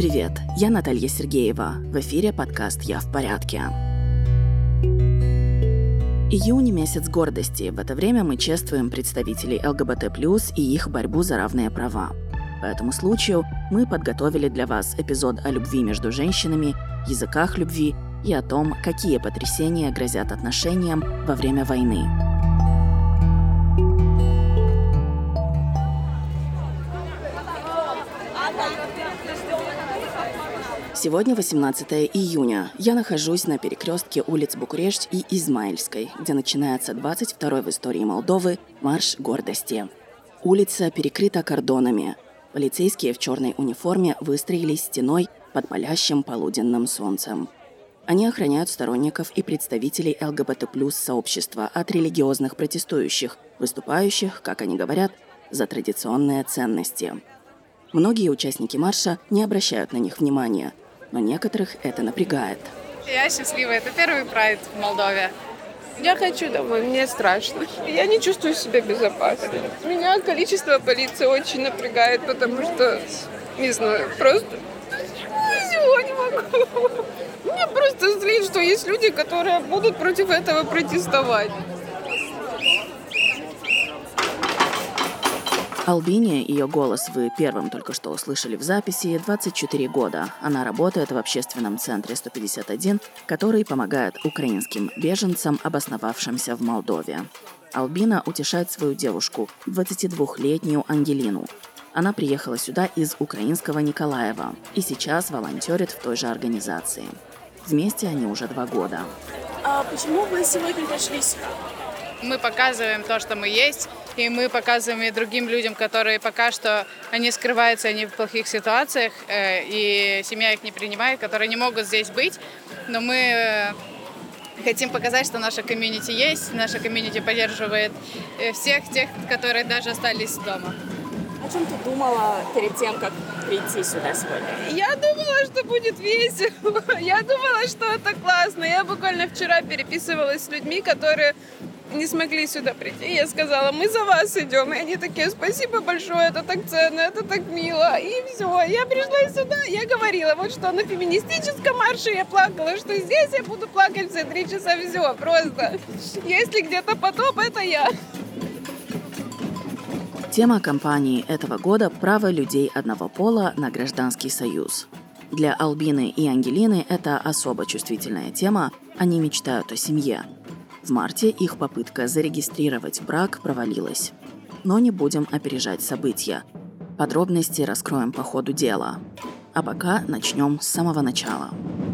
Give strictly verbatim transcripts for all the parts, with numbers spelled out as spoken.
Привет, я Наталья Сергеева. В эфире подкаст «Я в порядке». Июнь – месяц гордости. В это время мы чествуем представителей эл гэ бэ тэ плюс и их борьбу за равные права. По этому случаю мы подготовили для вас эпизод о любви между женщинами, языках любви и о том, какие потрясения грозят отношениям во время войны. Сегодня восемнадцатое июня. Я нахожусь на перекрестке улиц Букурешт и Измаильской, где начинается двадцать второй в истории Молдовы марш гордости. Улица перекрыта кордонами. Полицейские в черной униформе выстроились стеной под палящим полуденным солнцем. Они охраняют сторонников и представителей эл гэ бэ тэ плюс сообщества от религиозных протестующих, выступающих, как они говорят, за традиционные ценности. Многие участники марша не обращают на них внимания, но некоторых это напрягает. Я счастливая. Это первый прайд в Молдове. Я хочу домой, мне страшно. Я не чувствую себя безопасно. Меня количество полиции очень напрягает, потому что, не знаю, просто всего не могу. Меня просто злит, что есть люди, которые будут против этого протестовать. Албине, ее голос вы первым только что услышали в записи, двадцать четыре года. Она работает в общественном центре сто пятьдесят один, который помогает украинским беженцам, обосновавшимся в Молдове. Албина утешает свою девушку, двадцатидвухлетнюю Ангелину. Она приехала сюда из украинского Николаева и сейчас волонтерит в той же организации. Вместе они уже два года. А почему вы сегодня пришли сюда? Мы показываем то, что мы есть, и мы показываем и другим людям, которые пока что они скрываются, они в плохих ситуациях, и семья их не принимает, которые не могут здесь быть. Но мы хотим показать, что наша комьюнити есть, наша комьюнити поддерживает всех тех, которые даже остались дома. О чем ты думала перед тем, как прийти сюда сегодня? Я думала, что будет весело. Я думала, что это классно. Я буквально вчера переписывалась с людьми, которые не смогли сюда прийти. Я сказала, мы за вас идем. И они такие, спасибо большое, это так ценно, это так мило. И все, я пришла сюда, я говорила, вот что на феминистическом марше я плакала, что здесь я буду плакать все три часа, все, просто. Если где-то потоп, это я. Тема кампании этого года – право людей одного пола на гражданский союз. Для Албины и Ангелины это особо чувствительная тема, они мечтают о семье. В марте их попытка зарегистрировать брак провалилась. Но не будем опережать события. Подробности раскроем по ходу дела. А пока начнем с самого начала.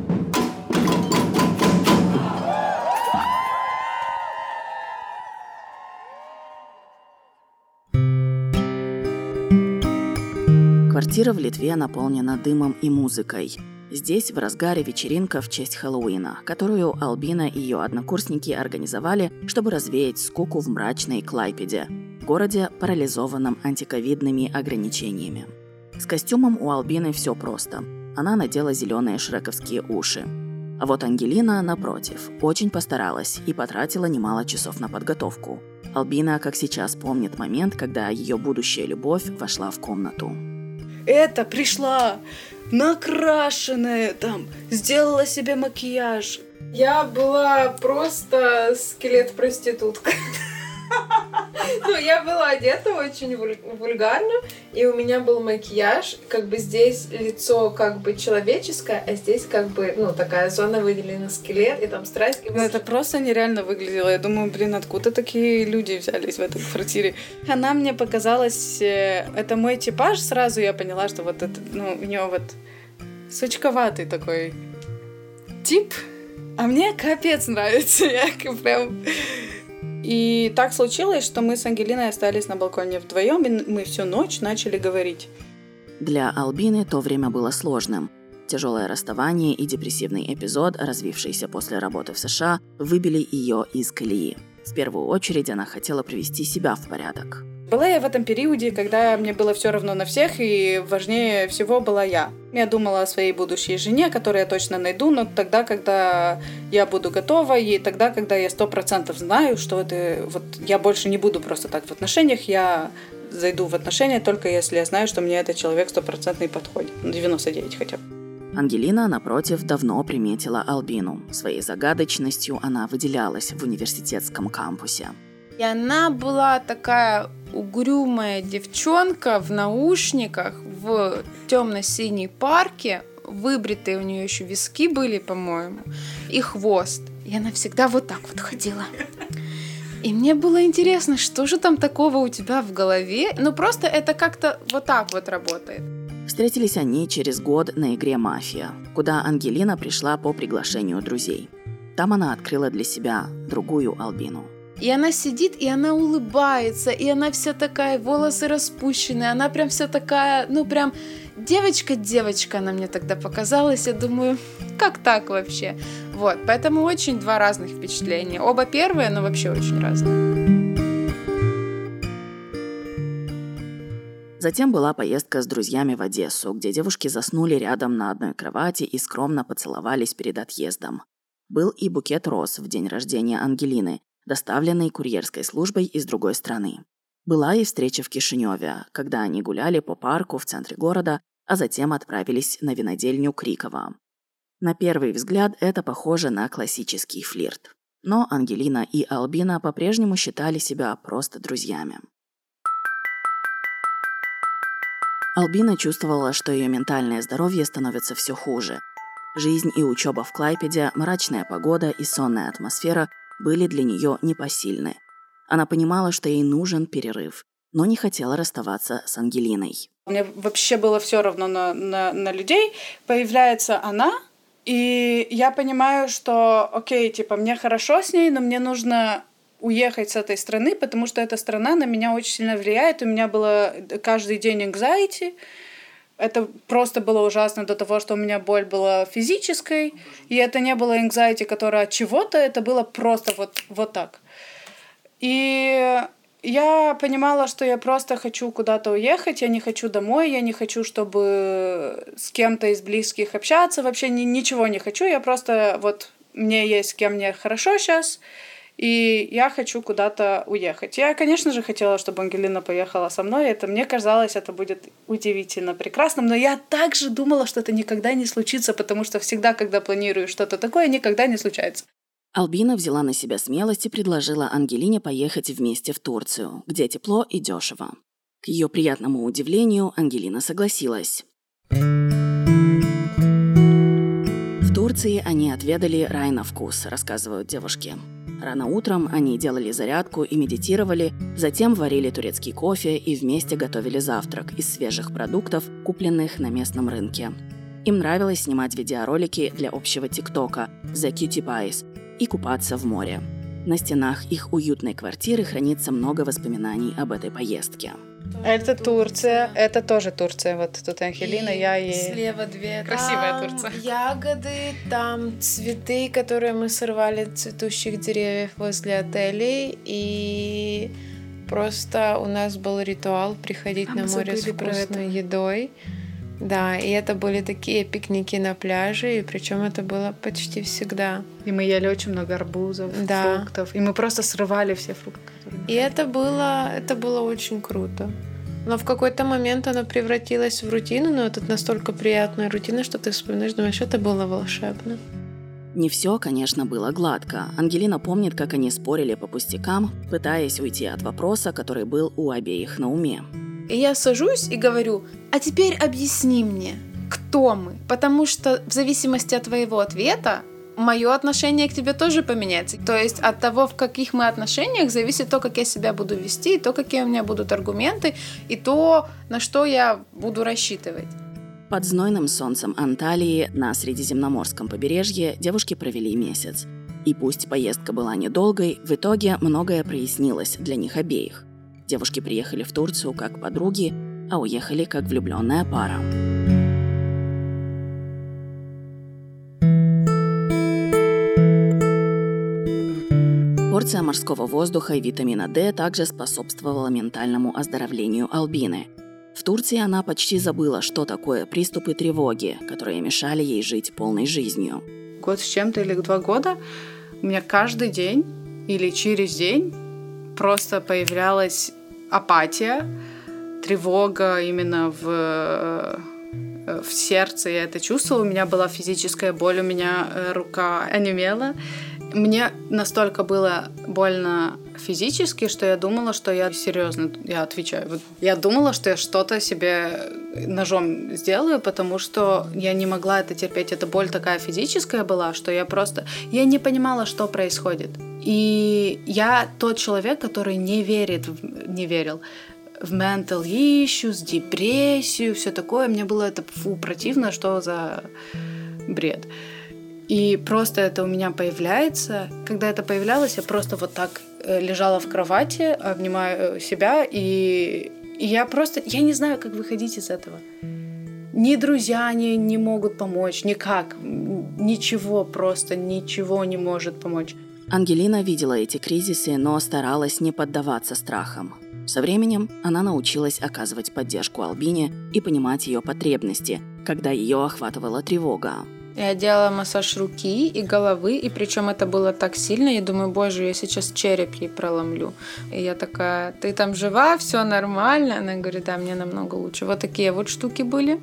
Квартира в Литве наполнена дымом и музыкой. Здесь в разгаре вечеринка в честь Хэллоуина, которую Албина и ее однокурсники организовали, чтобы развеять скуку в мрачной Клайпеде, городе, парализованном антиковидными ограничениями. С костюмом у Албины все просто. Она надела зеленые шрековские уши. А вот Ангелина, напротив, очень постаралась и потратила немало часов на подготовку. Албина, как сейчас, помнит момент, когда ее будущая любовь вошла в комнату. Это пришла накрашенная, там, сделала себе макияж. Я была просто скелет-проститутка. Ну, я была одета очень вульгарно, и у меня был макияж, как бы здесь лицо как бы человеческое, а здесь как бы, ну, такая зона выделена скелет, и там страсть. Ну, это просто нереально выглядело. Я думаю, блин, откуда такие люди взялись в этой квартире? Она мне показалась, это мой типаж, сразу я поняла, что вот это, ну, у нее вот сучковатый такой тип, а мне капец нравится, я прям... И так случилось, что мы с Ангелиной остались на балконе вдвоем, и мы всю ночь начали говорить. Для Албины то время было сложным. Тяжелое расставание и депрессивный эпизод, развившийся после работы в США, выбили ее из колеи. В первую очередь она хотела привести себя в порядок. Была я в этом периоде, когда мне было все равно на всех, и важнее всего была я. Я думала о своей будущей жене, которую я точно найду, но тогда, когда я буду готова, и тогда, когда я сто процентов знаю, что это вот я больше не буду просто так в отношениях, я зайду в отношения только если я знаю, что мне этот человек стопроцентный подходит. Ну, девяносто девять хотя бы. Ангелина, напротив, давно приметила Албину. Своей загадочностью она выделялась в университетском кампусе. И она была такая угрюмая девчонка в наушниках, в темно-синей парке. Выбритые у нее еще виски были, по-моему, и хвост. И она всегда вот так вот ходила. И мне было интересно, что же там такого у тебя в голове? Ну, просто это как-то вот так вот работает. Встретились они через год на игре «Мафия», куда Ангелина пришла по приглашению друзей. Там она открыла для себя другую Албину. И она сидит, и она улыбается, и она вся такая, волосы распущенные, она прям вся такая, ну прям девочка-девочка она мне тогда показалась. Я думаю, как так вообще? Вот, поэтому очень два разных впечатления. Оба первые, но вообще очень разные. Затем была поездка с друзьями в Одессу, где девушки заснули рядом на одной кровати и скромно поцеловались перед отъездом. Был и букет роз в день рождения Ангелины, доставленный курьерской службой из другой страны. Была и встреча в Кишиневе, когда они гуляли по парку в центре города, а затем отправились на винодельню Крикова. На первый взгляд это похоже на классический флирт. Но Ангелина и Албина по-прежнему считали себя просто друзьями. Албина чувствовала, что ее ментальное здоровье становится все хуже. Жизнь и учеба в Клайпеде, мрачная погода и сонная атмосфера были для нее непосильны. Она понимала, что ей нужен перерыв, но не хотела расставаться с Ангелиной. Мне вообще было все равно на, на, на людей. Появляется она, и я понимаю, что окей, типа, мне хорошо с ней, но мне нужно уехать с этой страны, потому что эта страна на меня очень сильно влияет. У меня было каждый день anxiety. Это просто было ужасно до того, что у меня боль была физической, и это не было anxiety, которая от чего-то, это было просто вот, вот так. И я понимала, что я просто хочу куда-то уехать, я не хочу домой, я не хочу, чтобы с кем-то из близких общаться, вообще ни, ничего не хочу, я просто вот, мне есть с кем мне хорошо сейчас, и я хочу куда-то уехать. Я, конечно же, хотела, чтобы Ангелина поехала со мной. Это мне казалось, это будет удивительно прекрасным. Но я также думала, что это никогда не случится, потому что всегда, когда планирую что-то такое, никогда не случается. Албина взяла на себя смелость и предложила Ангелине поехать вместе в Турцию, где тепло и дешево. К ее приятному удивлению, Ангелина согласилась. В Турции они отведали рай на вкус, рассказывают девушки. Рано утром они делали зарядку и медитировали, затем варили турецкий кофе и вместе готовили завтрак из свежих продуктов, купленных на местном рынке. Им нравилось снимать видеоролики для общего ТикТока «The Cutie Pies» и купаться в море. На стенах их уютной квартиры хранится много воспоминаний об этой поездке. Это Турция, это тоже Турция. Вот тут Ангелина, и я и... слева две. Красивая там Турция. Ягоды, там цветы, которые мы сорвали с цветущих деревьев возле отелей. И просто у нас был ритуал приходить а на море с вкусной едой. Да, и это были такие пикники на пляже, и причем это было почти всегда. И мы ели очень много арбузов, да. фруктов, и мы просто срывали все фрукты. И это было, это было очень круто. Но в какой-то момент оно превратилось в рутину, но это настолько приятная рутина, что ты вспоминаешь, думаешь, это было волшебно. Не все, конечно, было гладко. Ангелина помнит, как они спорили по пустякам, пытаясь уйти от вопроса, который был у обеих на уме. И я сажусь и говорю, а теперь объясни мне, кто мы? Потому что в зависимости от твоего ответа, мое отношение к тебе тоже поменяется. То есть от того, в каких мы отношениях, зависит то, как я себя буду вести, то, какие у меня будут аргументы, и то, на что я буду рассчитывать. Под знойным солнцем Анталии на Средиземноморском побережье девушки провели месяц. И пусть поездка была недолгой, в итоге многое прояснилось для них обеих. Девушки приехали в Турцию как подруги, а уехали как влюбленная пара. Порция морского воздуха и витамина D также способствовала ментальному оздоровлению Албины. В Турции она почти забыла, что такое приступы тревоги, которые мешали ей жить полной жизнью. Год с чем-то или два года у меня каждый день или через день просто появлялась апатия, тревога именно в, в сердце, я это чувствовала. У меня была физическая боль, у меня рука онемела. Мне настолько было больно физически, что я думала, что я серьезно, я отвечаю, вот я думала, что я что-то себе ножом сделаю, потому что я не могла это терпеть. Эта боль такая физическая была, что я просто, я не понимала, что происходит. И я тот человек, который не верит, не верил в mental issues, депрессию, все такое. Мне было это фу, противно, что за бред. И просто это у меня появляется. Когда это появлялось, я просто вот так лежала в кровати, обнимаю себя, и, и я просто... Я не знаю, как выходить из этого. Ни друзья не, не могут помочь, никак. Ничего просто, ничего не может помочь. Ангелина видела эти кризисы, но старалась не поддаваться страхам. Со временем она научилась оказывать поддержку Альбине и понимать ее потребности, когда ее охватывала тревога. Я делала массаж руки и головы, и причем это было так сильно, я думаю, боже, я сейчас череп ей проломлю. И я такая, ты там жива, все нормально? Она говорит, да, мне намного лучше. Вот такие вот штуки были.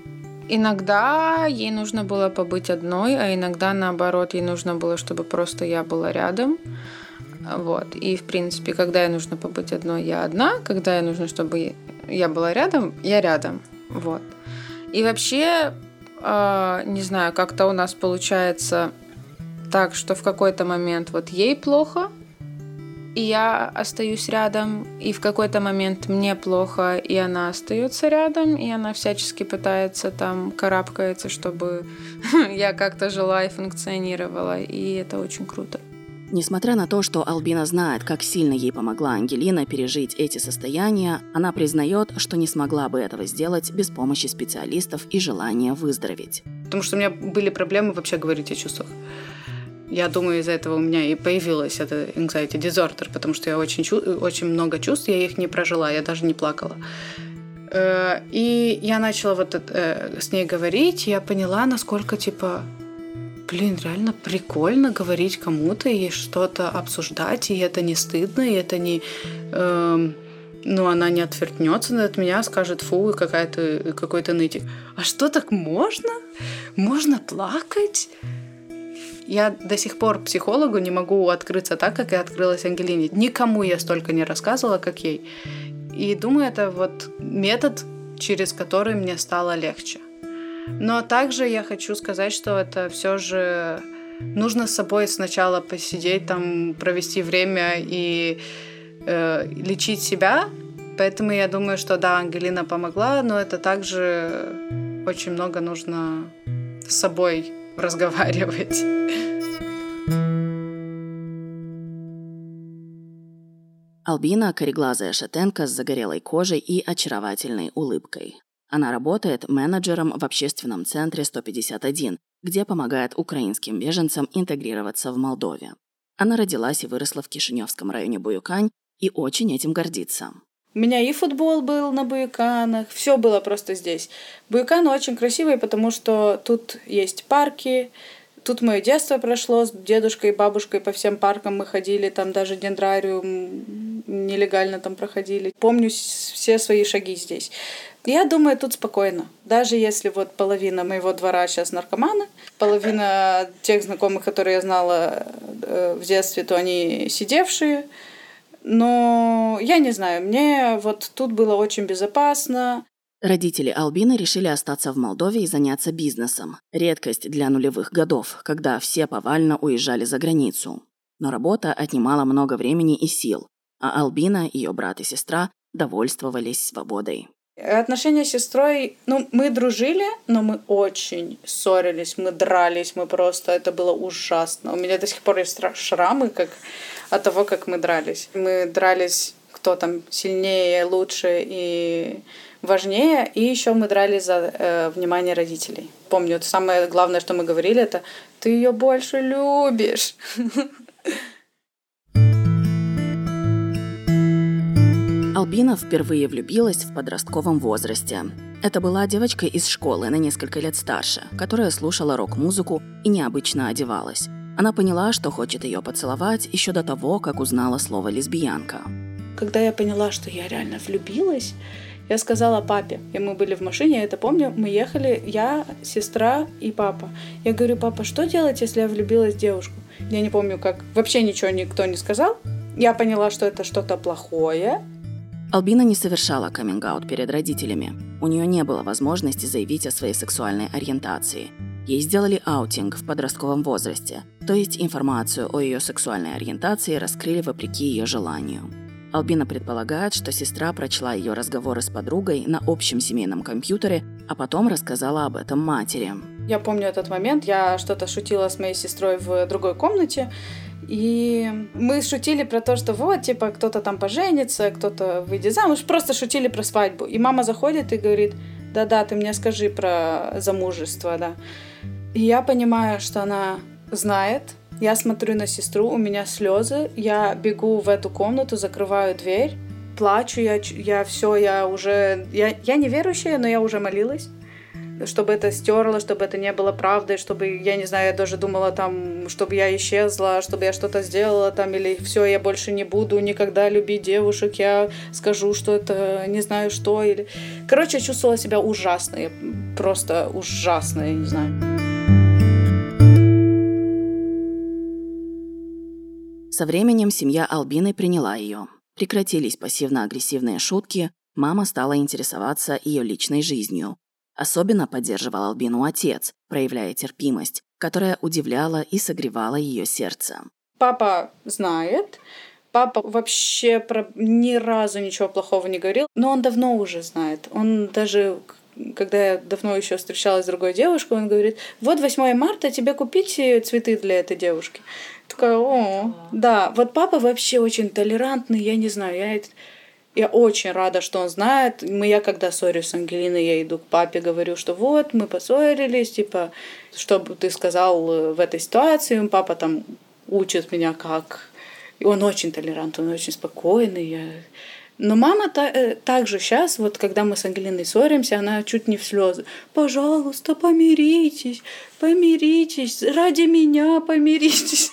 Иногда ей нужно было побыть одной, а иногда, наоборот, ей нужно было, чтобы просто я была рядом. Вот. И, в принципе, когда ей нужно побыть одной, я одна. Когда ей нужно, чтобы я была рядом, я рядом. Вот. И вообще... Не знаю, как-то у нас получается так, что в какой-то момент вот ей плохо, и я остаюсь рядом, и в какой-то момент мне плохо, и она остается рядом, и она всячески пытается там карабкается, чтобы я как-то жила и функционировала, и это очень круто. Несмотря на то, что Альбина знает, как сильно ей помогла Ангелина пережить эти состояния, она признает, что не смогла бы этого сделать без помощи специалистов и желания выздороветь. Потому что у меня были проблемы вообще говорить о чувствах. Я думаю, из-за этого у меня и появилась эта anxiety disorder, потому что я очень, очень много чувств, я их не прожила, я даже не плакала. И я начала вот с ней говорить, я поняла, насколько, типа... Блин, реально прикольно говорить кому-то и что-то обсуждать, и это не стыдно, и это не... Э, ну, она не отвертнется от меня, скажет, фу, какая-то, какой-то нытик. А что, так можно? Можно плакать? Я до сих пор психологу не могу открыться так, как я открылась Ангелине. Никому я столько не рассказывала, как ей. И думаю, это вот метод, через который мне стало легче. Но также я хочу сказать, что это все же нужно с собой сначала посидеть, там, провести время и э, лечить себя. Поэтому я думаю, что да, Ангелина помогла, но это также очень много нужно с собой разговаривать. Альбина – кореглазая шатенка с загорелой кожей и очаровательной улыбкой. Она работает менеджером в общественном центре сто пятьдесят один, где помогает украинским беженцам интегрироваться в Молдове. Она родилась и выросла в Кишиневском районе Буюкань и очень этим гордится. У меня и футбол был на Буюканах, все было просто здесь. Буюканы очень красивые, потому что тут есть парки, тут мое детство прошло с дедушкой и бабушкой, по всем паркам мы ходили, там даже дендрариум нелегально там проходили. Помню все свои шаги здесь. Я думаю, тут спокойно. Даже если вот половина моего двора сейчас наркоманы, половина тех знакомых, которые я знала в детстве, то они сидевшие. Но я не знаю, мне вот тут было очень безопасно. Родители Альбины решили остаться в Молдове и заняться бизнесом. Редкость для нулевых годов, когда все повально уезжали за границу. Но работа отнимала много времени и сил, а Альбина, ее брат и сестра довольствовались свободой. Отношения с сестрой, ну, мы дружили, но мы очень ссорились, мы дрались, мы просто, это было ужасно. У меня до сих пор есть шрамы как от того, как мы дрались. Мы дрались, кто там сильнее, лучше и важнее, и еще мы дрались за э, внимание родителей. Помню, это самое главное, что мы говорили, это «ты ее больше любишь». Альбина впервые влюбилась в подростковом возрасте. Это была девочка из школы на несколько лет старше, которая слушала рок-музыку и необычно одевалась. Она поняла, что хочет ее поцеловать еще до того, как узнала слово «лесбиянка». Когда я поняла, что я реально влюбилась, Я сказала папе, и мы были в машине, я это помню, мы ехали, я, сестра и папа. Я говорю: папа, что делать, если я влюбилась в девушку? Я не помню, как, вообще ничего никто не сказал. Я поняла, что это что-то плохое. Албина не совершала каминг-аут перед родителями. У нее не было возможности заявить о своей сексуальной ориентации. Ей сделали аутинг в подростковом возрасте, то есть информацию о ее сексуальной ориентации раскрыли вопреки ее желанию. Албина предполагает, что сестра прочла ее разговоры с подругой на общем семейном компьютере, а потом рассказала об этом матери. Я помню этот момент, я что-то шутила с моей сестрой в другой комнате, и мы шутили про то, что вот, типа, кто-то там поженится, кто-то выйдет замуж, просто шутили про свадьбу. И мама заходит и говорит: да-да, ты мне скажи про замужество, да. И я понимаю, что она знает. Я смотрю на сестру, у меня слезы, я бегу в эту комнату, закрываю дверь, плачу, я, я все, я уже... Я, я не верующая, но я уже молилась, чтобы это стерло, чтобы это не было правдой, чтобы, я не знаю, я даже думала там, чтобы я исчезла, чтобы я что-то сделала там, или все, я больше не буду никогда любить девушек, я скажу, что это не знаю что, или... Короче, я чувствовала себя ужасно, я просто ужасно, я не знаю. Со временем семья Албины приняла ее. Прекратились пассивно-агрессивные шутки, мама стала интересоваться ее личной жизнью. Особенно поддерживал Албину отец, проявляя терпимость, которая удивляла и согревала ее сердце. Папа знает. Папа вообще про... ни разу ничего плохого не говорил, но он давно уже знает. Он даже, когда я давно еще встречалась с другой девушкой, он говорит: вот восьмое марта, тебе купить цветы для этой девушки. Такая: о, да. Вот папа вообще очень толерантный, я не знаю, я... Я очень рада, что он знает. Мы, я когда ссорюсь с Ангелиной, я иду к папе, говорю, что вот, мы поссорились, типа, что бы ты сказал в этой ситуации. Папа там учит меня как. И он очень толерантный, он очень спокойный. Я... Но мама та, также сейчас, вот когда мы с Ангелиной ссоримся, она чуть не в слезы. Пожалуйста, помиритесь, помиритесь, ради меня помиритесь.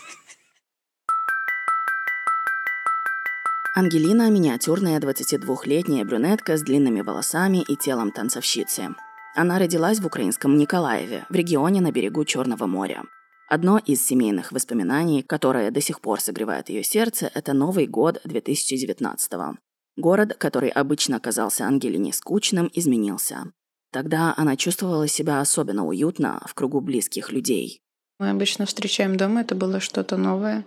Ангелина – миниатюрная двадцатидвухлетняя брюнетка с длинными волосами и телом танцовщицы. Она родилась в украинском Николаеве, в регионе на берегу Черного моря. Одно из семейных воспоминаний, которое до сих пор согревает ее сердце, это Новый год две тысячи девятнадцатого. Город, который обычно казался Ангелине скучным, изменился. Тогда она чувствовала себя особенно уютно в кругу близких людей. Мы обычно встречаем дома, это было что-то новое.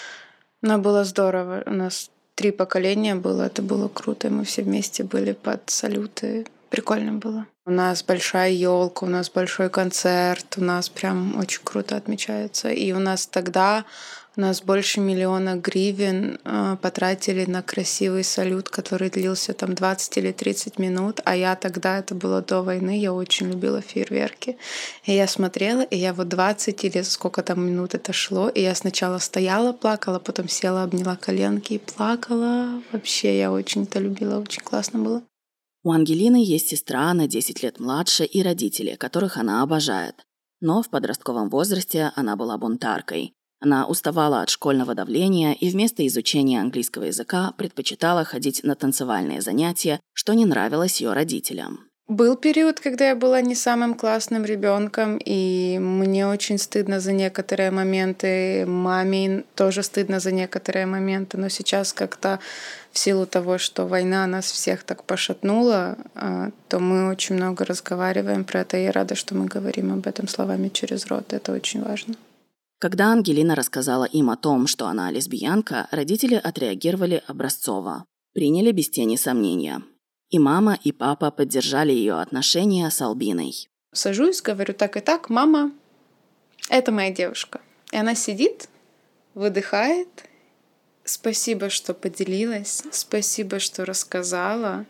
Но было здорово. У нас три поколения было, это было круто. Мы все вместе были под салюты. Прикольно было. У нас большая елка, у нас большой концерт, у нас прям очень круто отмечается. И у нас тогда у нас больше миллиона гривен э, потратили на красивый салют, который длился там двадцать или тридцать минут. А я тогда, это было до войны, я очень любила фейерверки. И я смотрела, и я вот двадцать или сколько там минут это шло. И я сначала стояла, плакала, потом села, обняла коленки и плакала. Вообще, я очень это любила, очень классно было. У Ангелины есть сестра на десять лет младше и родители, которых она обожает. Но в подростковом возрасте она была бунтаркой. Она уставала от школьного давления и вместо изучения английского языка предпочитала ходить на танцевальные занятия, что не нравилось ее родителям. Был период, когда я была не самым классным ребенком, и мне очень стыдно за некоторые моменты, маме тоже стыдно за некоторые моменты, но сейчас как-то в силу того, что война нас всех так пошатнула, то мы очень много разговариваем про это, и я рада, что мы говорим об этом словами через рот, это очень важно. Когда Ангелина рассказала им о том, что она лесбиянка, родители отреагировали образцово, приняли без тени сомнения. И мама, и папа поддержали ее отношения с Албиной. Сажусь, говорю так и так: мама, это моя девушка. И она сидит, выдыхает. Спасибо, что поделилась, спасибо, что рассказала.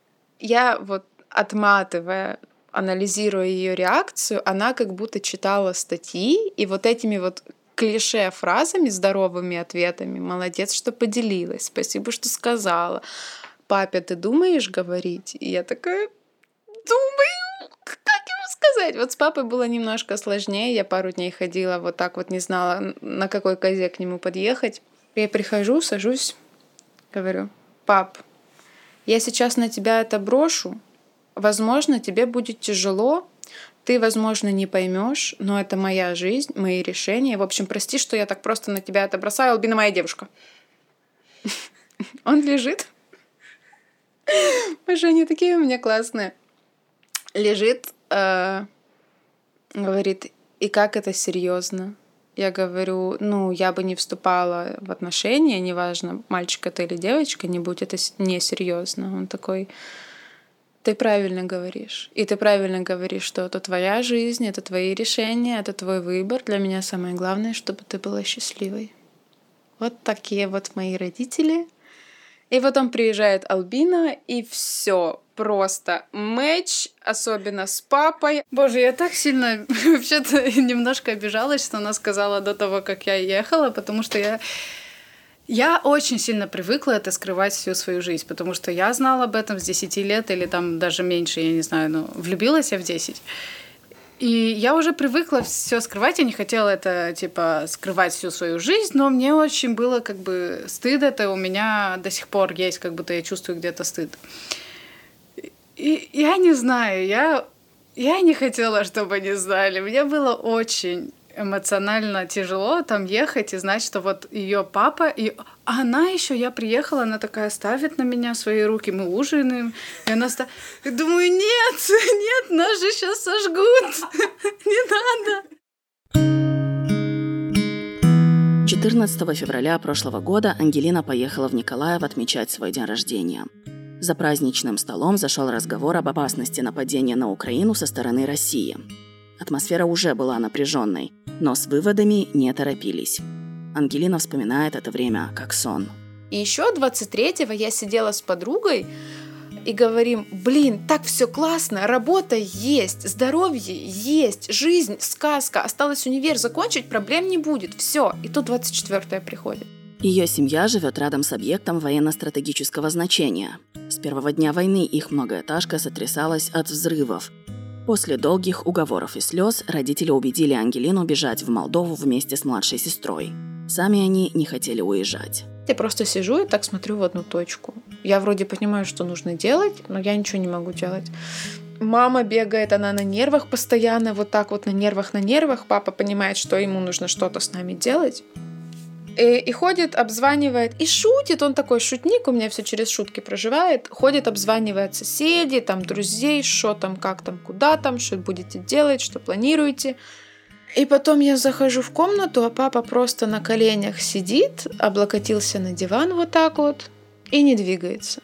Я вот, отматывая, анализируя ее реакцию, она как будто читала статьи, и вот этими вот клише фразами, здоровыми ответами: молодец, что поделилась, спасибо, что сказала. Папе, ты думаешь говорить? И я такая: думаю, как ему сказать? Вот с папой было немножко сложнее. Я пару дней ходила вот так вот, не знала, на какой козе к нему подъехать. Я прихожу, сажусь, говорю: пап, я сейчас на тебя это брошу, возможно, тебе будет тяжело, ты, возможно, не поймешь, но это моя жизнь, мои решения. В общем, прости, что я так просто на тебя это бросаю, Альбина моя девушка. Он лежит. Боже, они такие у меня классные. Лежит, э, говорит, и как это серьезно? Я говорю, ну, я бы не вступала в отношения, неважно, мальчик это или девочка, не будь это несерьезно. Он такой, ты правильно говоришь. И ты правильно говоришь, что это твоя жизнь, это твои решения, это твой выбор. Для меня самое главное, чтобы ты была счастливой. Вот такие вот мои родители. И потом приезжает Альбина, и все просто матч, особенно с папой. Боже, я так сильно вообще-то немножко обижалась, что она сказала до того, как я ехала, потому что я... Я очень сильно привыкла это скрывать всю свою жизнь, потому что я знала об этом с десяти лет или там даже меньше, я не знаю, но влюбилась я в десять. И я уже привыкла все скрывать, я не хотела это, типа, скрывать всю свою жизнь, но мне очень было, как бы, стыд это у меня до сих пор есть, как будто я чувствую где-то стыд. И я не знаю, я, я не хотела, чтобы они знали. Мне было очень эмоционально тяжело там ехать и знать, что вот ее папа, и а она еще, я приехала, она такая ставит на меня свои руки, мы ужинаем, и она ста... и думаю, нет, нет, нас же сейчас сожгут, не надо. четырнадцатого февраля прошлого года Ангелина поехала в Николаев отмечать свой день рождения. За праздничным столом зашел разговор об опасности нападения на Украину со стороны России. Атмосфера уже была напряженной, но с выводами не торопились. Ангелина вспоминает это время как сон. И еще двадцать третьего я сидела с подругой и говорим, блин, так все классно, работа есть, здоровье есть, жизнь, сказка, осталось универ закончить, проблем не будет, все. И тут двадцать четвёртое приходит. Ее семья живет рядом с объектом военно-стратегического значения. С первого дня войны их многоэтажка сотрясалась от взрывов. После долгих уговоров и слез родители убедили Ангелину бежать в Молдову вместе с младшей сестрой. Сами они не хотели уезжать. Я просто сижу и так смотрю в одну точку. Я вроде понимаю, что нужно делать, но я ничего не могу делать. Мама бегает, она на нервах постоянно, вот так вот на нервах, на нервах. Папа понимает, что ему нужно что-то с нами делать. И, и ходит, обзванивает, и шутит. Он такой шутник, у меня все через шутки проживает. Ходит, обзванивает соседей, там, друзей, что там, как там, куда там, что будете делать, что планируете. И потом я захожу в комнату, а папа просто на коленях сидит, облокотился на диван вот так вот и не двигается.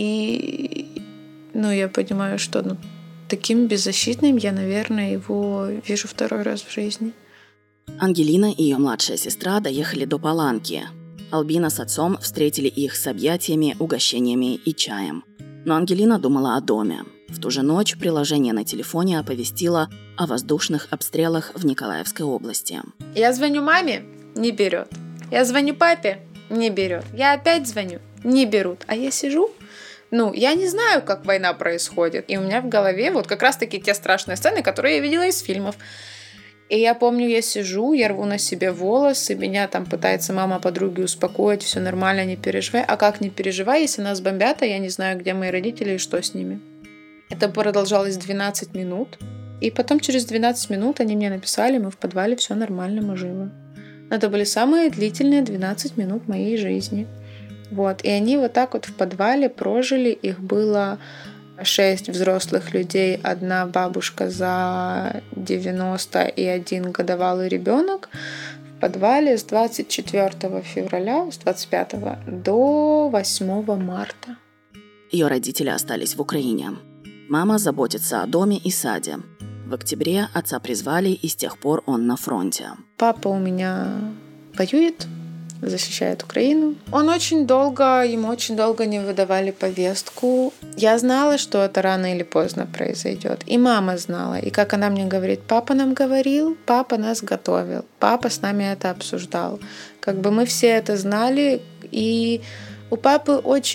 И, ну, я понимаю, что ну, таким беззащитным я, наверное, его вижу второй раз в жизни. Ангелина и ее младшая сестра доехали до Паланки. Альбина с отцом встретили их с объятиями, угощениями и чаем. Но Ангелина думала о доме. В ту же ночь приложение на телефоне оповестило о воздушных обстрелах в Николаевской области. Я звоню маме, не берет. Я звоню папе, не берет. Я опять звоню, не берут. А я сижу, ну, я не знаю, как война происходит. И у меня в голове вот как раз-таки те страшные сцены, которые я видела из фильмов. И я помню, я сижу, я рву на себе волосы, меня там пытается мама подруги успокоить, все нормально, не переживай. А как не переживай, если нас бомбят, а я не знаю, где мои родители и что с ними. Это продолжалось двенадцать минут. И потом через двенадцать минут они мне написали, мы в подвале, все нормально, мы живы. Это были самые длительные двенадцать минут моей жизни. Вот. И они вот так вот в подвале прожили, их было... Шесть взрослых людей, одна бабушка за девяносто и один годовалый ребенок в подвале с двадцать четвёртого февраля, с двадцать пятого до восьмого марта. Ее родители остались в Украине. Мама заботится о доме и саде. В октябре отца призвали, и с тех пор он на фронте. Папа у меня воюет, защищает Украину. Он очень долго, ему очень долго не выдавали повестку. Я знала, что это рано или поздно произойдет. И мама знала. И как она мне говорит, папа нам говорил, папа нас готовил, папа с нами это обсуждал. Как бы мы все это знали. И у папы очень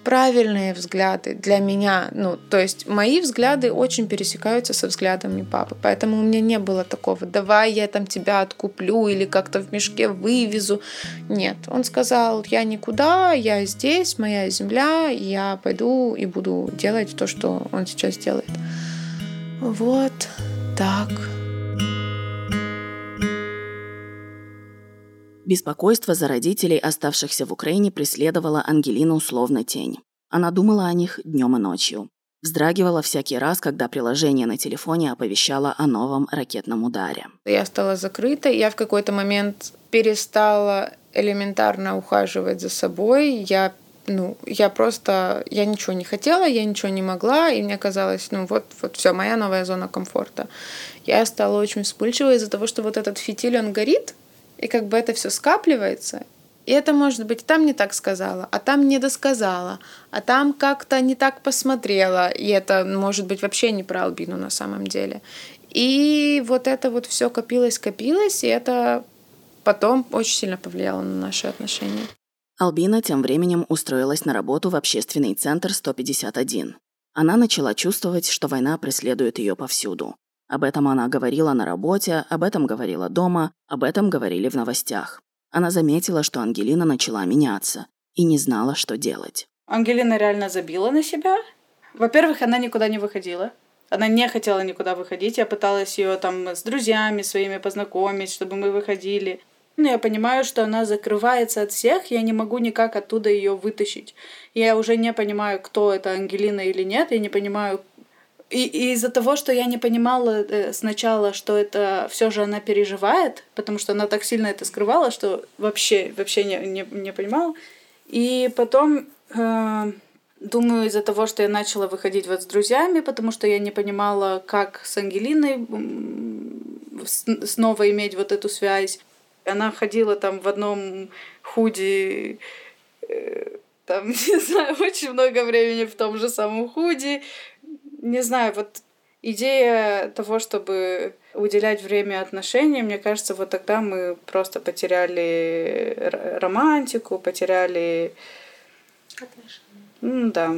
правильные взгляды для меня. Ну, то есть мои взгляды очень пересекаются со взглядами папы. Поэтому у меня не было такого: давай я там тебя откуплю или как-то в мешке вывезу. Нет, он сказал: я никуда, я здесь, моя земля, я пойду и буду делать то, что он сейчас делает. Вот так. Беспокойство за родителей, оставшихся в Украине, преследовало Ангелину словно тень. Она думала о них днем и ночью. Вздрагивала всякий раз, когда приложение на телефоне оповещало о новом ракетном ударе. Я стала закрытой, я в какой-то момент перестала элементарно ухаживать за собой. Я, ну, я просто, я ничего не хотела, я ничего не могла, и мне казалось, ну вот, вот все, моя новая зона комфорта. Я стала очень вспыльчивой из-за того, что вот этот фитиль, он горит, и как бы это все скапливается. И это, может быть, там не так сказала, а там не досказала, а там как-то не так посмотрела. И это, может быть, вообще не про Альбину на самом деле. И вот это вот все копилось, копилось, и это потом очень сильно повлияло на наши отношения. Альбина тем временем устроилась на работу в общественный центр сто пятьдесят один. Она начала чувствовать, что война преследует ее повсюду. Об этом она говорила на работе, об этом говорила дома, об этом говорили в новостях. Она заметила, что Ангелина начала меняться и не знала, что делать. Ангелина реально забила на себя. Во-первых, она никуда не выходила. Она не хотела никуда выходить. Я пыталась ее там с друзьями своими познакомить, чтобы мы выходили. Но я понимаю, что она закрывается от всех, я не могу никак оттуда ее вытащить. Я уже не понимаю, кто это, Ангелина или нет. Я не понимаю. И, и из-за того, что я не понимала сначала, что это все же она переживает, потому что она так сильно это скрывала, что вообще, вообще не, не, не понимала. И потом, э, думаю, из-за того, что я начала выходить вот с друзьями, потому что я не понимала, как с Ангелиной снова иметь вот эту связь. Она ходила там в одном худи, э, там, не знаю, очень много времени в том же самом худи. Не знаю, вот идея того, чтобы уделять время отношениям, мне кажется, вот тогда мы просто потеряли романтику, потеряли... Отношения. Ну, да.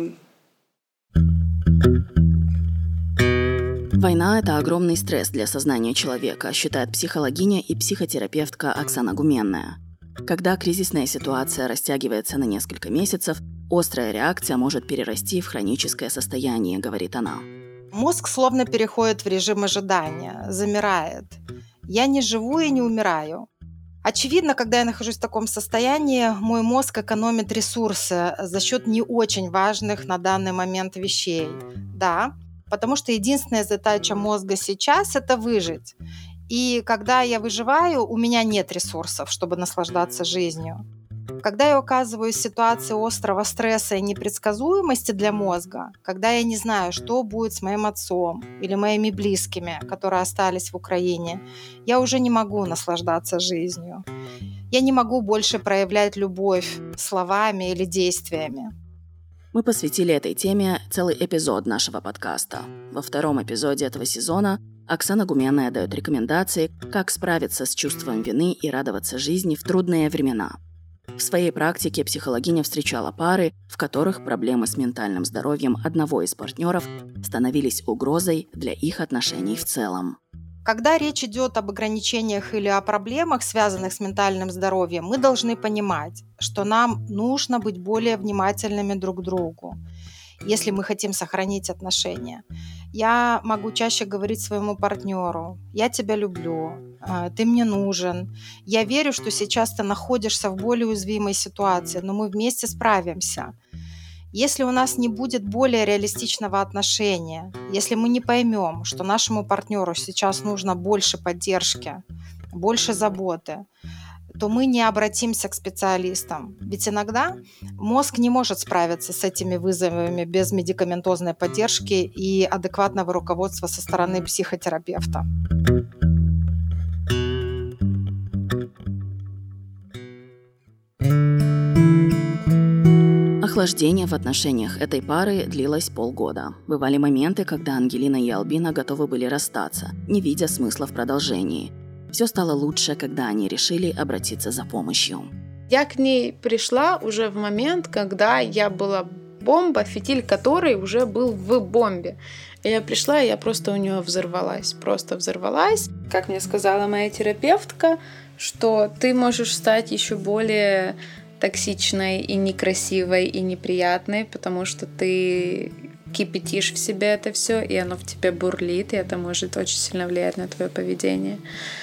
Война – это огромный стресс для сознания человека, считает психологиня и психотерапевтка Оксана Гуменная. Когда кризисная ситуация растягивается на несколько месяцев, острая реакция может перерасти в хроническое состояние, говорит она. Мозг словно переходит в режим ожидания, замирает. Я не живу и не умираю. Очевидно, когда я нахожусь в таком состоянии, мой мозг экономит ресурсы за счет не очень важных на данный момент вещей. Да, потому что единственная задача мозга сейчас – это выжить. И когда я выживаю, у меня нет ресурсов, чтобы наслаждаться жизнью. Когда я оказываюсь в ситуации острого стресса и непредсказуемости для мозга, когда я не знаю, что будет с моим отцом или моими близкими, которые остались в Украине, я уже не могу наслаждаться жизнью. Я не могу больше проявлять любовь словами или действиями. Мы посвятили этой теме целый эпизод нашего подкаста. Во втором эпизоде этого сезона Оксана Гуменная дает рекомендации, как справиться с чувством вины и радоваться жизни в трудные времена. В своей практике психологиня встречала пары, в которых проблемы с ментальным здоровьем одного из партнеров становились угрозой для их отношений в целом. Когда речь идет об ограничениях или о проблемах, связанных с ментальным здоровьем, мы должны понимать, что нам нужно быть более внимательными друг к другу, если мы хотим сохранить отношения. Я могу чаще говорить своему партнеру: «Я тебя люблю, ты мне нужен, я верю, что сейчас ты находишься в более уязвимой ситуации, но мы вместе справимся». Если у нас не будет более реалистичного отношения, если мы не поймем, что нашему партнеру сейчас нужно больше поддержки, больше заботы, то мы не обратимся к специалистам. Ведь иногда мозг не может справиться с этими вызовами без медикаментозной поддержки и адекватного руководства со стороны психотерапевта. Охлаждение в отношениях этой пары длилось полгода. Бывали моменты, когда Ангелина и Альбина готовы были расстаться, не видя смысла в продолжении. Все стало лучше, когда они решили обратиться за помощью. Я к ней пришла уже в момент, когда я была бомба, фитиль которой уже был в бомбе. И я пришла, и я просто у нее взорвалась. Просто взорвалась. Как мне сказала моя терапевтка, что ты можешь стать еще более токсичной и некрасивой и неприятной, потому что ты кипятишь в себе это все, и оно в тебе бурлит, и это может очень сильно влиять на твое поведение.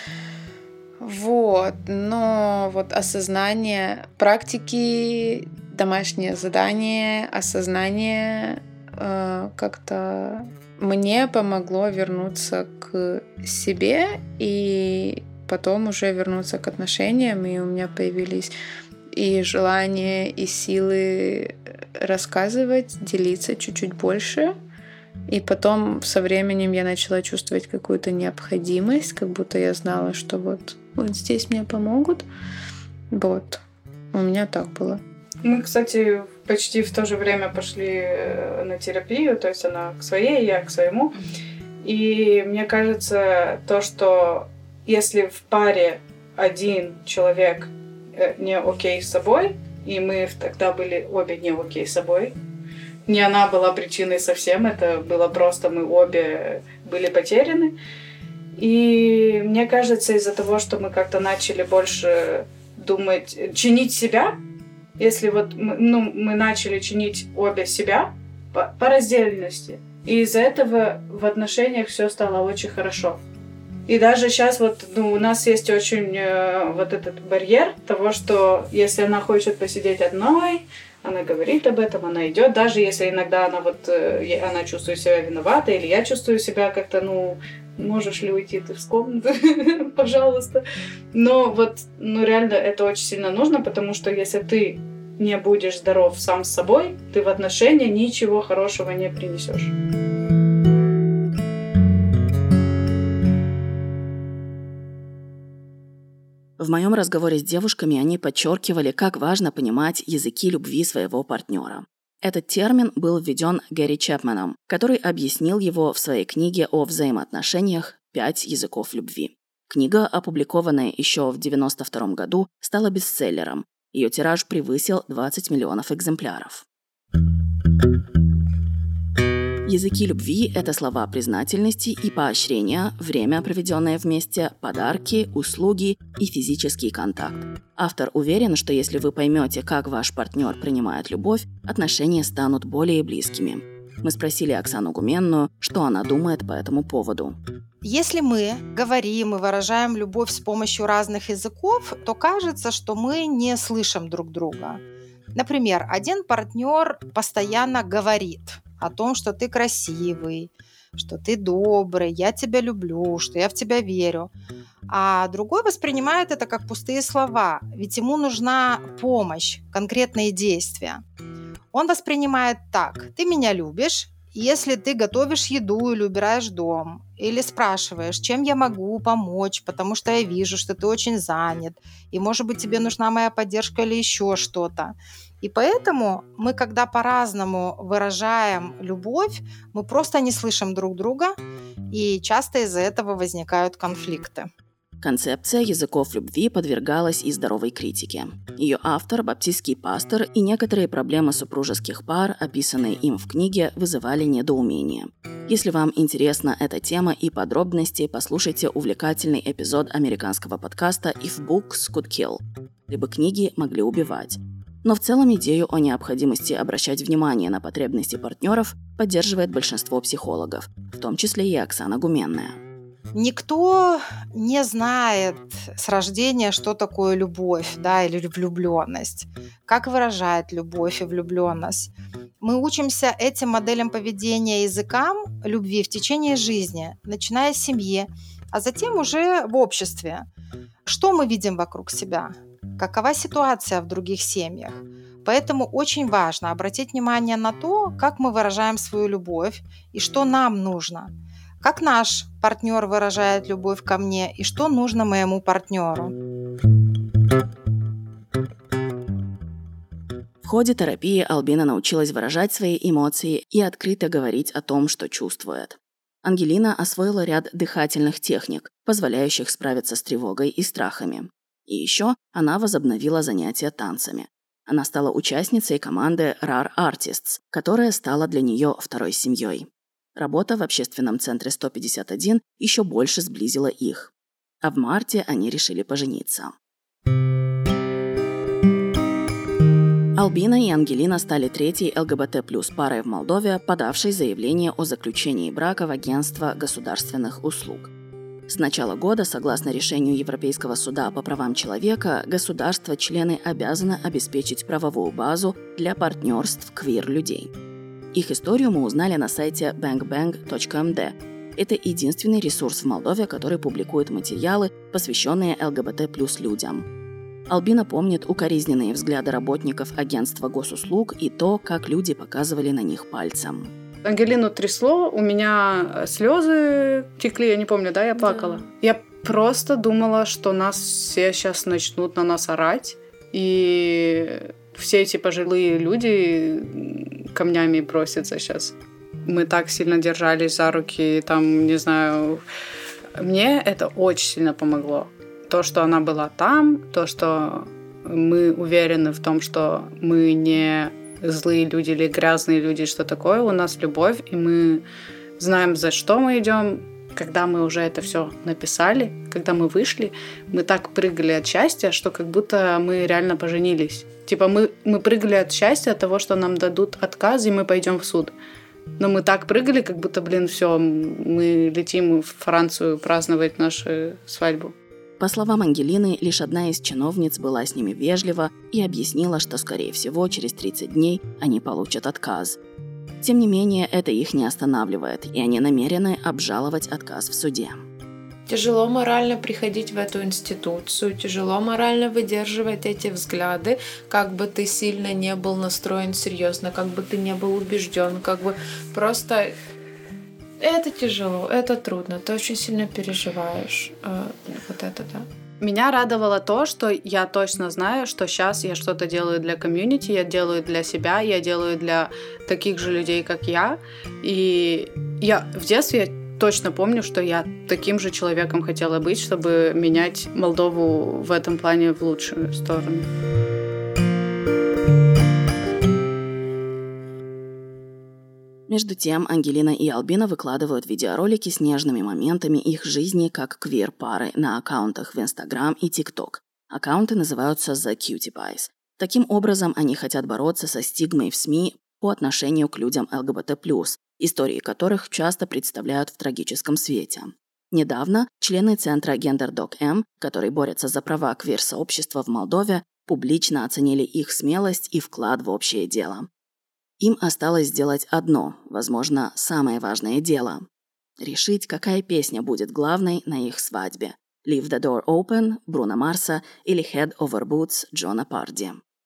Вот. Но вот осознание, практики, домашнее задание, осознание э, как-то мне помогло вернуться к себе и потом уже вернуться к отношениям, и у меня появились и желание, и силы рассказывать, делиться чуть-чуть больше. И потом со временем я начала чувствовать какую-то необходимость, как будто я знала, что вот, вот здесь мне помогут. Вот. У меня так было. Мы, кстати, почти в то же время пошли на терапию, то есть она к своей, я к своему. И мне кажется, то, что если в паре один человек не окей с собой, и мы тогда были обе не окей с собой, не она была причиной совсем, это было просто мы обе были потеряны. И мне кажется, из-за того, что мы как-то начали больше думать, чинить себя, если вот мы, ну, мы начали чинить обе себя по, по раздельности, и из-за этого в отношениях все стало очень хорошо. И даже сейчас вот ну, у нас есть очень э, вот этот барьер того, что если она хочет посидеть одной, она говорит об этом, она идет, даже если иногда она вот э, она чувствует себя виноватой, или я чувствую себя как-то, ну, можешь ли уйти ты в комнату, пожалуйста. Но вот, ну реально это очень сильно нужно, потому что если ты не будешь здоров сам с собой, ты в отношения ничего хорошего не принесешь. В моем разговоре с девушками они подчеркивали, как важно понимать языки любви своего партнера. Этот термин был введен Гэри Чепменом, который объяснил его в своей книге о взаимоотношениях «Пять языков любви». Книга, опубликованная еще в девяносто втором году, стала бестселлером. Ее тираж превысил двадцать миллионов экземпляров. Языки любви – это слова признательности и поощрения, время, проведенное вместе, подарки, услуги и физический контакт. Автор уверен, что если вы поймете, как ваш партнер принимает любовь, отношения станут более близкими. Мы спросили Оксану Гуменную, что она думает по этому поводу. Если мы говорим и выражаем любовь с помощью разных языков, то кажется, что мы не слышим друг друга. Например, один партнер постоянно говорит о том, что ты красивый, что ты добрый, я тебя люблю, что я в тебя верю. А другой воспринимает это как пустые слова, ведь ему нужна помощь, конкретные действия. Он воспринимает так: ты меня любишь, если ты готовишь еду или убираешь дом, или спрашиваешь, чем я могу помочь, потому что я вижу, что ты очень занят, и, может быть, тебе нужна моя поддержка или еще что-то. И поэтому мы, когда по-разному выражаем любовь, мы просто не слышим друг друга, и часто из-за этого возникают конфликты. Концепция языков любви подвергалась и здоровой критике. Ее автор, баптистский пастор, и некоторые проблемы супружеских пар, описанные им в книге, вызывали недоумение. Если вам интересна эта тема и подробности, послушайте увлекательный эпизод американского подкаста «If Books Could Kill», либо «Книги могли убивать». Но в целом идею о необходимости обращать внимание на потребности партнеров поддерживает большинство психологов, в том числе и Оксана Гуменная. Никто не знает с рождения, что такое любовь, да, или влюбленность, как выражает любовь и влюбленность. Мы учимся этим моделям поведения, языкам любви в течение жизни, начиная с семьи, а затем уже в обществе. Что мы видим вокруг себя? Какова ситуация в других семьях? Поэтому очень важно обратить внимание на то, как мы выражаем свою любовь и что нам нужно. Как наш партнер выражает любовь ко мне и что нужно моему партнеру. В ходе терапии Альбина научилась выражать свои эмоции и открыто говорить о том, что чувствует. Ангелина освоила ряд дыхательных техник, позволяющих справиться с тревогой и страхами. И еще она возобновила занятия танцами. Она стала участницей команды Rare Artists, которая стала для нее второй семьей. Работа в общественном центре сто пятьдесят один еще больше сблизила их. А в марте они решили пожениться. Альбина и Ангелина стали третьей ЛГБТ плюс парой в Молдове, подавшей заявление о заключении брака в Агентство государственных услуг. С начала года, согласно решению Европейского суда по правам человека, государства-члены обязаны обеспечить правовую базу для партнерств квир-людей. Их историю мы узнали на сайте бэнг бэнг точка эм дэ. Это единственный ресурс в Молдове, который публикует материалы, посвященные ЛГБТ плюс людям. Альбина помнит укоризненные взгляды работников агентства госуслуг и то, как люди показывали на них пальцем. Ангелину трясло, у меня слезы текли, я не помню, да, я плакала. Да. Я просто думала, что нас все сейчас начнут на нас орать, и все эти пожилые люди камнями бросятся сейчас. Мы так сильно держались за руки, там, не знаю, мне это очень сильно помогло. То, что она была там, то, что мы уверены в том, что мы не злые люди или грязные люди, что такое, у нас любовь, и мы знаем, за что мы идем. Когда мы уже это все написали, когда мы вышли, мы так прыгали от счастья, что как будто мы реально поженились. Типа мы, мы прыгали от счастья, от того, что нам дадут отказ, и мы пойдем в суд. Но мы так прыгали, как будто, блин, все, мы летим в Францию праздновать нашу свадьбу. По словам Ангелины, лишь одна из чиновниц была с ними вежлива и объяснила, что, скорее всего, через тридцать дней они получат отказ. Тем не менее, это их не останавливает, и они намерены обжаловать отказ в суде. Тяжело морально приходить в эту институцию, тяжело морально выдерживать эти взгляды, как бы ты сильно не был настроен серьезно, как бы ты не был убежден, как бы просто... Это тяжело, это трудно, ты очень сильно переживаешь. Э, вот это, да. Меня радовало то, что я точно знаю, что сейчас я что-то делаю для комьюнити, я делаю для себя, я делаю для таких же людей, как я. И я в детстве я точно помню, что я таким же человеком хотела быть, чтобы менять Молдову в этом плане в лучшую сторону. Между тем, Ангелина и Альбина выкладывают видеоролики с нежными моментами их жизни как квир-пары на аккаунтах в Instagram и TikTok. Аккаунты называются The Cutie Pies. Таким образом, они хотят бороться со стигмой в СМИ по отношению к людям ЛГБТ плюс, истории которых часто представляют в трагическом свете. Недавно члены центра GenderDocM, который борется за права квир-сообщества в Молдове, публично оценили их смелость и вклад в общее дело. Им осталось сделать одно, возможно, самое важное дело – решить, какая песня будет главной на их свадьбе – «Leave the Door Open» Бруно Марса или «Head Over Boots» Джона Парди.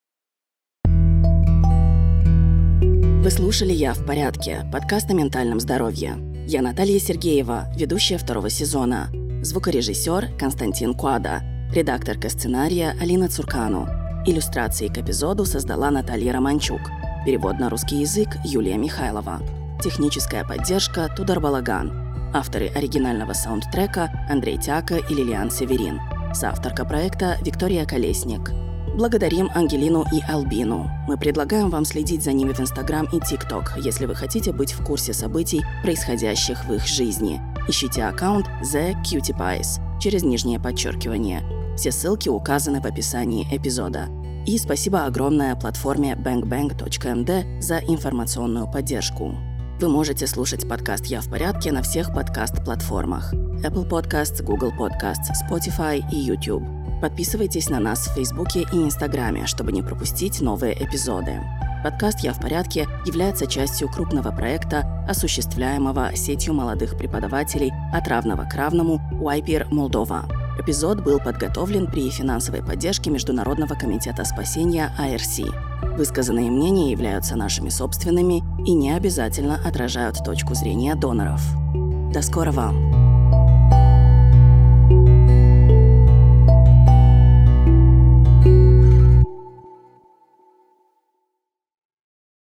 Вы слушали «Я в порядке» – подкаст о ментальном здоровье. Я Наталья Сергеева, ведущая второго сезона, звукорежиссер Константин Куада, редакторка сценария Алина Цуркану. Иллюстрации к эпизоду создала Наталья Романчук. Перевод на русский язык Юлия Михайлова. Техническая поддержка Тудар Балаган. Авторы оригинального саундтрека Андрей Тяка и Лилиан Северин. Соавторка проекта Виктория Колесник. Благодарим Ангелину и Альбину. Мы предлагаем вам следить за ними в Instagram и TikTok, если вы хотите быть в курсе событий, происходящих в их жизни. Ищите аккаунт The Cutie Pies через нижнее подчеркивание. Все ссылки указаны в описании эпизода. И спасибо огромное платформе бэнг бэнг точка эм дэ за информационную поддержку. Вы можете слушать подкаст «Я в порядке» на всех подкаст-платформах: Apple Podcasts, Google Podcasts, Spotify и YouTube. Подписывайтесь на нас в Фейсбуке и Инстаграме, чтобы не пропустить новые эпизоды. Подкаст «Я в порядке» является частью крупного проекта, осуществляемого сетью молодых преподавателей от равного к равному Уайпир Молдова. Эпизод был подготовлен при финансовой поддержке Международного комитета спасения ай ар си. Высказанные мнения являются нашими собственными и не обязательно отражают точку зрения доноров. До скорого!